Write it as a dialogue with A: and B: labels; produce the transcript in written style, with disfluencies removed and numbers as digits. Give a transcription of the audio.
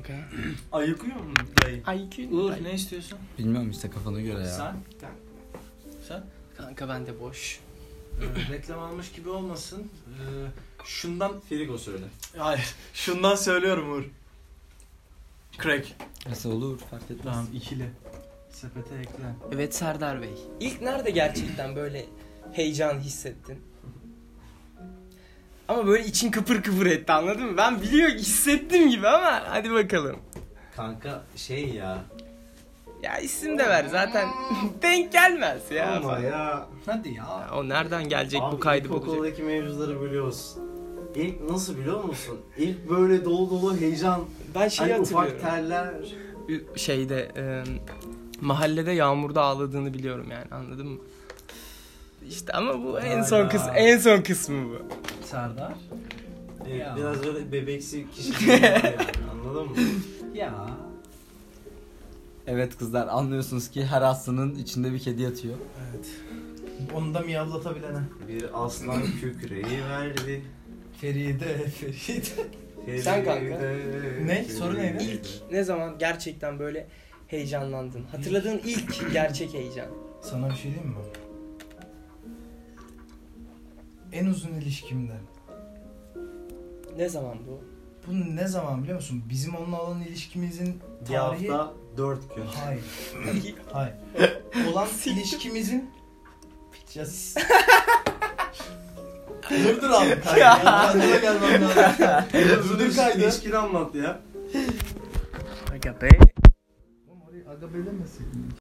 A: kanka.
B: Ayıkıyor mu dayı?
A: Uğur
B: Ne istiyorsun?
C: Bilmiyorum işte kafana göre ya.
B: Sen?
A: Kanka bende boş.
B: Reklam almış gibi olmasın. Şundan...
D: Frigo söyle.
B: Hayır. Şundan söylüyorum Uğur. Crack.
C: Nasıl olur fark etmez.
B: Tamam, ikili. Sepete ekle.
A: Evet Serdar Bey. İlk nerede gerçekten böyle heyecan hissettin? Ama böyle için kıpır kıpır etti, anladın mı? Ben hissettim gibi ama hadi bakalım.
D: Kanka şey ya.
A: Ya isim de ver zaten denk gelmez ya.
D: Ama ya.
B: Hadi ya.
A: Ya o nereden gelecek
D: Abi
A: bu kaydı bulacak?
D: ilkokuldaki mevzuları biliyoruz. İlk nasıl biliyor musun? İlk böyle dolu dolu heyecan.
A: Ben şeyi
D: Hani
A: hatırlıyorum.
D: ufak terler.
A: Şeyde mahallede yağmurda ağladığını biliyorum yani, anladın mı? İşte ama bu en son kısmı, en son kısmı bu.
B: Serdar. Ya.
D: Biraz böyle bebeksi kişilik yani, anladın mı?
B: Ya.
C: Evet kızlar, anlıyorsunuz ki her aslanın içinde bir kedi yatıyor.
B: Evet. Onu da miyavlatabilene.
D: Bir aslan kükreyi verdi.
B: Feride.
A: Sen kanka.
B: Ne? Soru neydi?
A: İlk ne zaman gerçekten böyle heyecanlandın? Hatırladığın ilk gerçek heyecan.
B: Sana bir şey diyeyim mi? En uzun ilişkimde.
A: Ne zaman bu?
B: Bu ne zaman biliyor musun? Bizim onunla olan ilişkimizin
D: Bir
B: tarihi...
D: hafta 4 gün.
B: Hayır. Hayır. Olan ilişkimizin... Ya... dur abi. Kendime gelmem lazım. Dur kaydı.
D: İlişkini anlat ya.
A: Aga be.
B: Oğlum orayı aga be demesin.